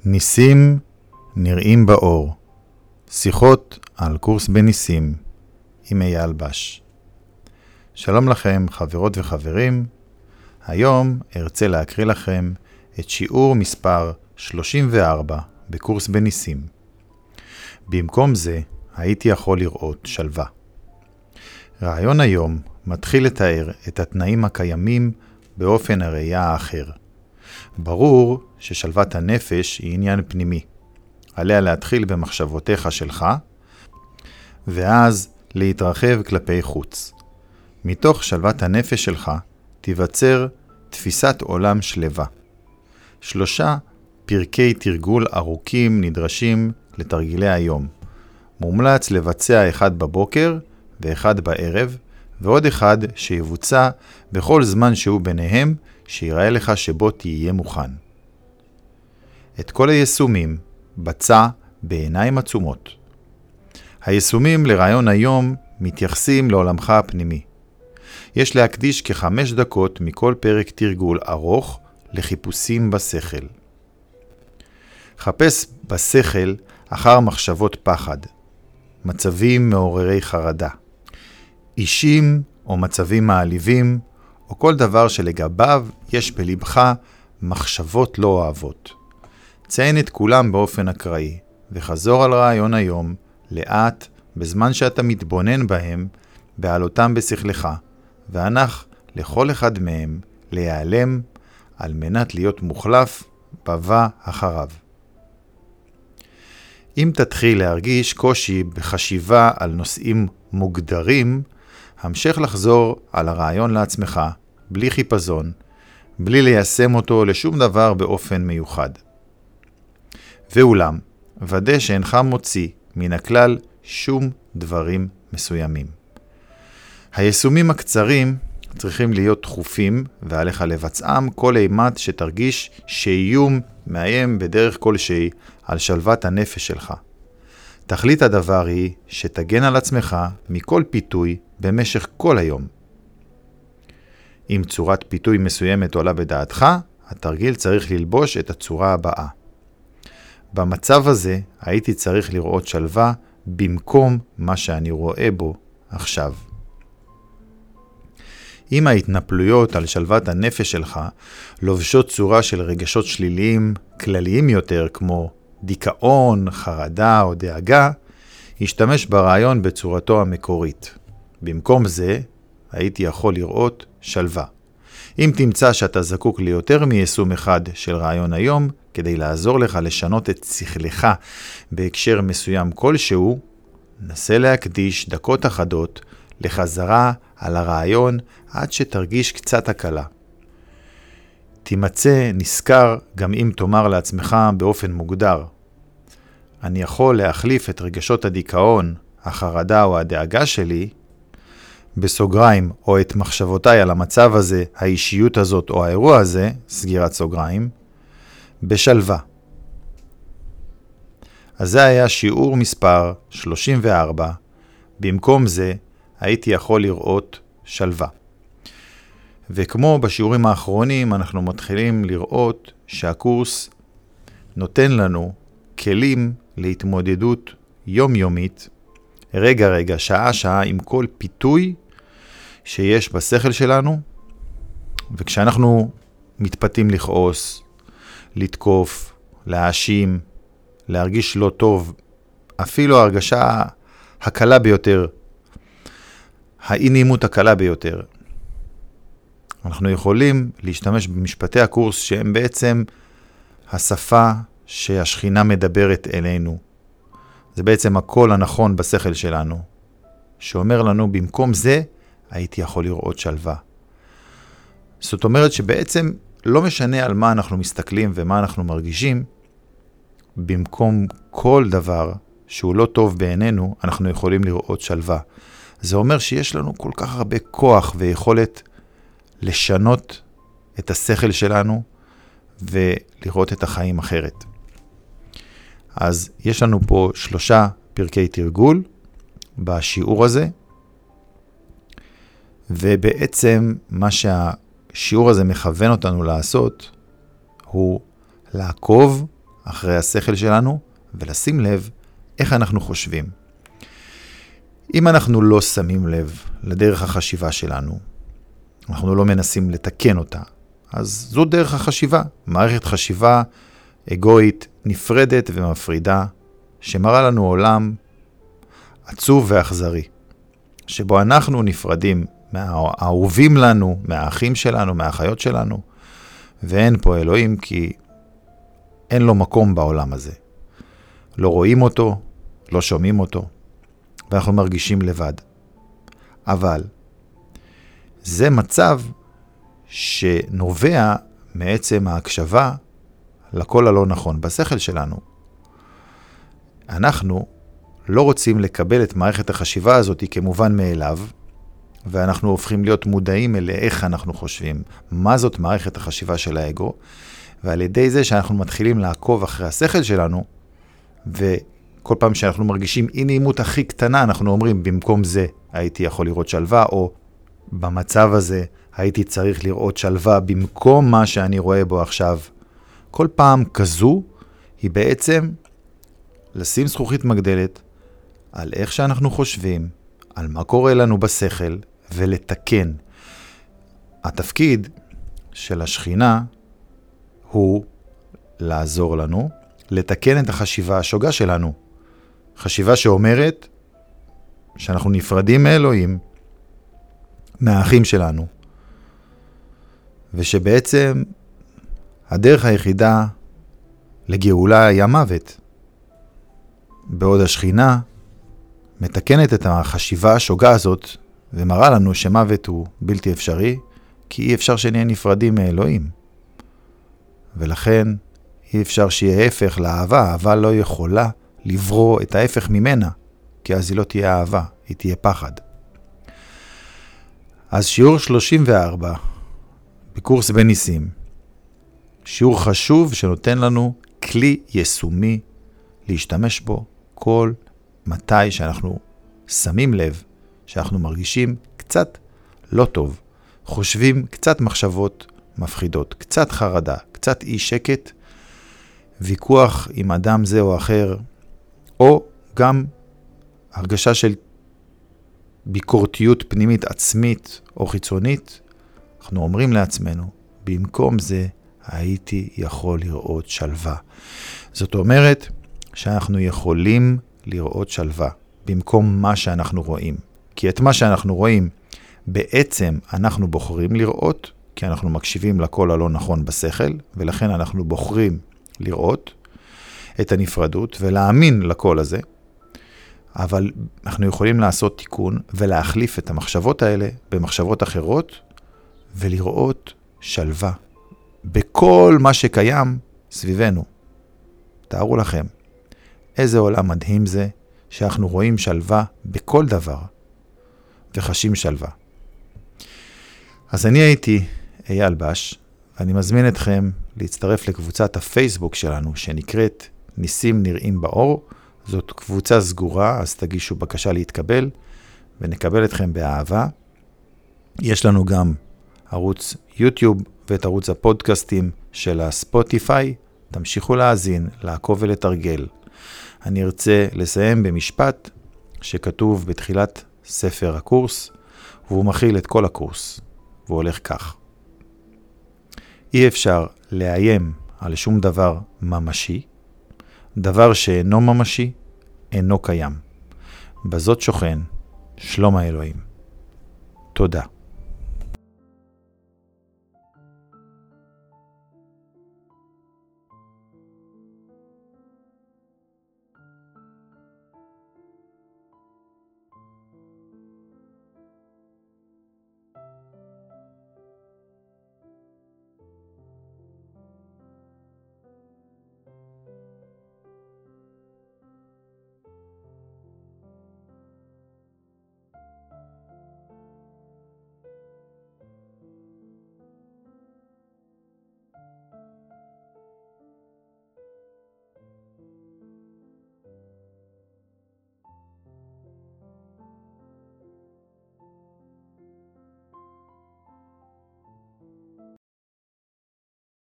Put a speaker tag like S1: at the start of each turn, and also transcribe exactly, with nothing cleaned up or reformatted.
S1: ניסים נראים באור. שיחות על קורס בניסים עם אייל בש. שלום לכם חברות וחברים. היום ארצה להקריא לכם את שיעור מספר שלושים וארבע בקורס בניסים. במקום זה הייתי יכול לראות שלווה. רעיון היום מתחיל לתאר את התנאים הקיימים באופן הראייה האחר. ברור ששלוות הנפש היא עניין פנימי. עליה להתחיל במחשבותיך שלך, ואז להתרחב כלפי חוץ. מתוך שלוות הנפש שלך תיווצר תפיסת עולם שלווה. שלושה פרקי תרגול ארוכים נדרשים לתרגילי היום. מומלץ לבצע אחד בבוקר ואחד בערב, ועוד אחד שיבוצע בכל זמן שהוא ביניהם, שיראה לך שבו תהיה מוכן. את כל היישומים בצע בעיניים עצומות. היישומים לרעיון היום מתייחסים לעולמך הפנימי. יש להקדיש כחמש דקות מכל פרק תרגול ארוך לחיפושים בשכל. חפש בשכל אחר מחשבות פחד, מצבים מעוררי חרדה, אישים או מצבים מעליבים, או כל דבר שלגביו יש בלבך מחשבות לא אוהבות. ציין את כולם באופן אקראי, וחזור על רעיון היום לאט בזמן שאתה מתבונן בהם, בעלותם בשכלך, והנח לכל אחד מהם להיעלם על מנת להיות מוחלף בבא אחריו. אם תתחיל להרגיש קושי בחשיבה על נושאים מוגדרים, המשך לחזור על הרעיון לעצמך, בלי חיפזון, בלי ליישם אותו לשום דבר באופן מיוחד. ואולם, ודא שאינך מוציא מן הכלל שום דברים מסוימים. היישומים הקצרים צריכים להיות דחופים, ועליך לבצעם כל אימת שתרגיש שאיום מאיים בדרך כלשהי על שלוות הנפש שלך. תכלית הדבר היא שתגן על עצמך מכל פיתוי במשך כל היום. אם צורת פיתוי מסוימת עולה בדעתך, התרגיל צריך ללבוש את הצורה הבאה. במצב הזה הייתי צריך לראות שלווה במקום מה שאני רואה בו עכשיו. אם ההתנפלויות על שלוות הנפש שלך לובשות צורה של רגשות שליליים כלליים יותר כמו דיכאון, חרדה או דאגה, השתמש ברעיון בצורתו המקורית. במקום זה הייתי יכול לראות שלווה. אם תמצא שאתה זקוק ליותר מיישום אחד של רעיון היום, כדי לעזור לך לשנות את שכלך בהקשר מסוים כלשהו, נסה להקדיש דקות אחדות לחזרה על הרעיון עד שתרגיש קצת הקלה. תימצא נזכר גם אם תאמר לעצמך באופן מוגדר. אני יכול להחליף את רגשות הדיכאון, החרדה או הדאגה שלי, בסוגריים, או את מחשבותיי על המצב הזה, האישיות הזאת או האירוע הזה, סגירת סוגריים, בשלווה. אז זה היה שיעור מספר שלושים וארבע. במקום זה הייתי יכול לראות שלווה. וכמו בשיעורים האחרונים, אנחנו מתחילים לראות שהקורס נותן לנו כלים להתמודדות יומיומית, רגע רגע, שעה שעה, עם כל פיתוי שיש בשכל שלנו. וכשאנחנו מתפתים לכעוס, לתקוף, להאשים, להרגיש לא טוב, אפילו ההרגשה הקלה ביותר, האי נעימות הקלה ביותר, אנחנו יכולים להשתמש במשפטי הקורס שהם בעצם השפה שהשכינה מדברת אלינו. זה בעצם הקול הנכון בשכל שלנו, שאומר לנו במקום זה הייתי יכול לראות שלווה. זאת אומרת שבעצם לא משנה על מה אנחנו מסתכלים ומה אנחנו מרגישים, במקום כל דבר שהוא לא טוב בעינינו, אנחנו יכולים לראות שלווה. זה אומר שיש לנו כל כך הרבה כוח ויכולת לשנות את השכל שלנו ולראות את החיים אחרת. אז יש לנו פה שלושה פרקי תרגול בשיעור הזה, ובעצם מה שהשיעור הזה מכוון אותנו לעשות הוא לעקוב אחרי השכל שלנו ולשים לב איך אנחנו חושבים. אם אנחנו לא שמים לב לדרך החשיבה שלנו, אנחנו לא מנסים לתקן אותה, אז זו דרך החשיבה, מערכת חשיבה אגואית נפרדת ומפרידה, שמראה לנו עולם עצוב ואכזרי, שבו אנחנו נפרדים מהאהובים לנו, מהאחים שלנו, מהאחיות שלנו, ואין פה אלוהים כי אין לו מקום בעולם הזה. לא רואים אותו, לא שומעים אותו, ואנחנו מרגישים לבד. אבל זה מצב שנובע מעצם ההקשבה לכל הלא נכון בשכל שלנו. אנחנו לא רוצים לקבל את מערכת החשיבה הזאת כמובן מאליו, ואנחנו הופכים להיות מודעים אל איך אנחנו חושבים, מה זאת מערכת החשיבה של האגו, ועל ידי זה שאנחנו מתחילים לעקוב אחרי השכל שלנו, וכל פעם שאנחנו מרגישים אי נעימות הכי קטנה, אנחנו אומרים, במקום זה הייתי יכול לראות שלווה, או במצב הזה הייתי צריך לראות שלווה במקום מה שאני רואה בו עכשיו. כל פעם כזו היא בעצם לשים זכוכית מגדלת על איך שאנחנו חושבים, על מה קורה לנו בשכל, ולתקן. התפקיד של השכינה הוא לעזור לנו, לתקן את החשיבה השוגה שלנו. חשיבה שאומרת שאנחנו נפרדים מאלוהים, מהאחים שלנו, ושבעצם הדרך היחידה לגאולה היא המוות. בעוד השכינה מתקנת את החשיבה השוגה הזאת, ומראה לנו שמוות הוא בלתי אפשרי, כי אי אפשר שנהיה נפרדים מאלוהים. ולכן אי אפשר שיהיה הפך לאהבה, אהבה לא יכולה לברוא את ההפך ממנה, כי אז היא לא תהיה אהבה, היא תהיה פחד. אז שיעור שלושים וארבע בקורס בניסים, שיעור חשוב שנותן לנו כלי יישומי להשתמש בו כל מתי שאנחנו שמים לב, שאנחנו מרגישים קצת לא טוב, חושבים קצת מחשבות מפחידות, קצת חרדה, קצת אי שקט, ויכוח עם אדם זה או אחר, או גם הרגשה של ביקורתיות פנימית עצמית או חיצונית, אנחנו אומרים לעצמנו, במקום זה הייתי יכול לראות שלווה. זאת אומרת שאנחנו יכולים לראות שלווה במקום מה שאנחנו רואים. כי את מה שאנחנו רואים בעצם אנחנו בוחרים לראות, כי אנחנו מקשיבים לכל הלא נכון בשכל, ולכן אנחנו בוחרים לראות את הנפרדות ולהאמין לכל הזה, אבל אנחנו יכולים לעשות תיקון ולהחליף את המחשבות האלה במחשבות אחרות, ולראות שלווה בכל מה שקיים סביבנו. תארו לכם, איזה עולם מדהים זה שאנחנו רואים שלווה בכל דבר, וחשים שלווה. אז אני הייתי אייל בש, ואני מזמין אתכם להצטרף לקבוצת הפייסבוק שלנו, שנקראת ניסים נראים באור. זאת קבוצה סגורה, אז תגישו בקשה להתקבל, ונקבל אתכם באהבה. יש לנו גם ערוץ יוטיוב, ואת ערוץ הפודקאסטים של הספוטיפיי. תמשיכו להאזין, לעקוב ולתרגל. אני ארצה לסיים במשפט שכתוב בתחילת ספר הקורס, והוא מכיל את כל הקורס, והוא הולך כך. אי אפשר לאיים על שום דבר ממשי, דבר שאינו ממשי, אינו קיים. בזאת שוכן שלום האלוהים. תודה.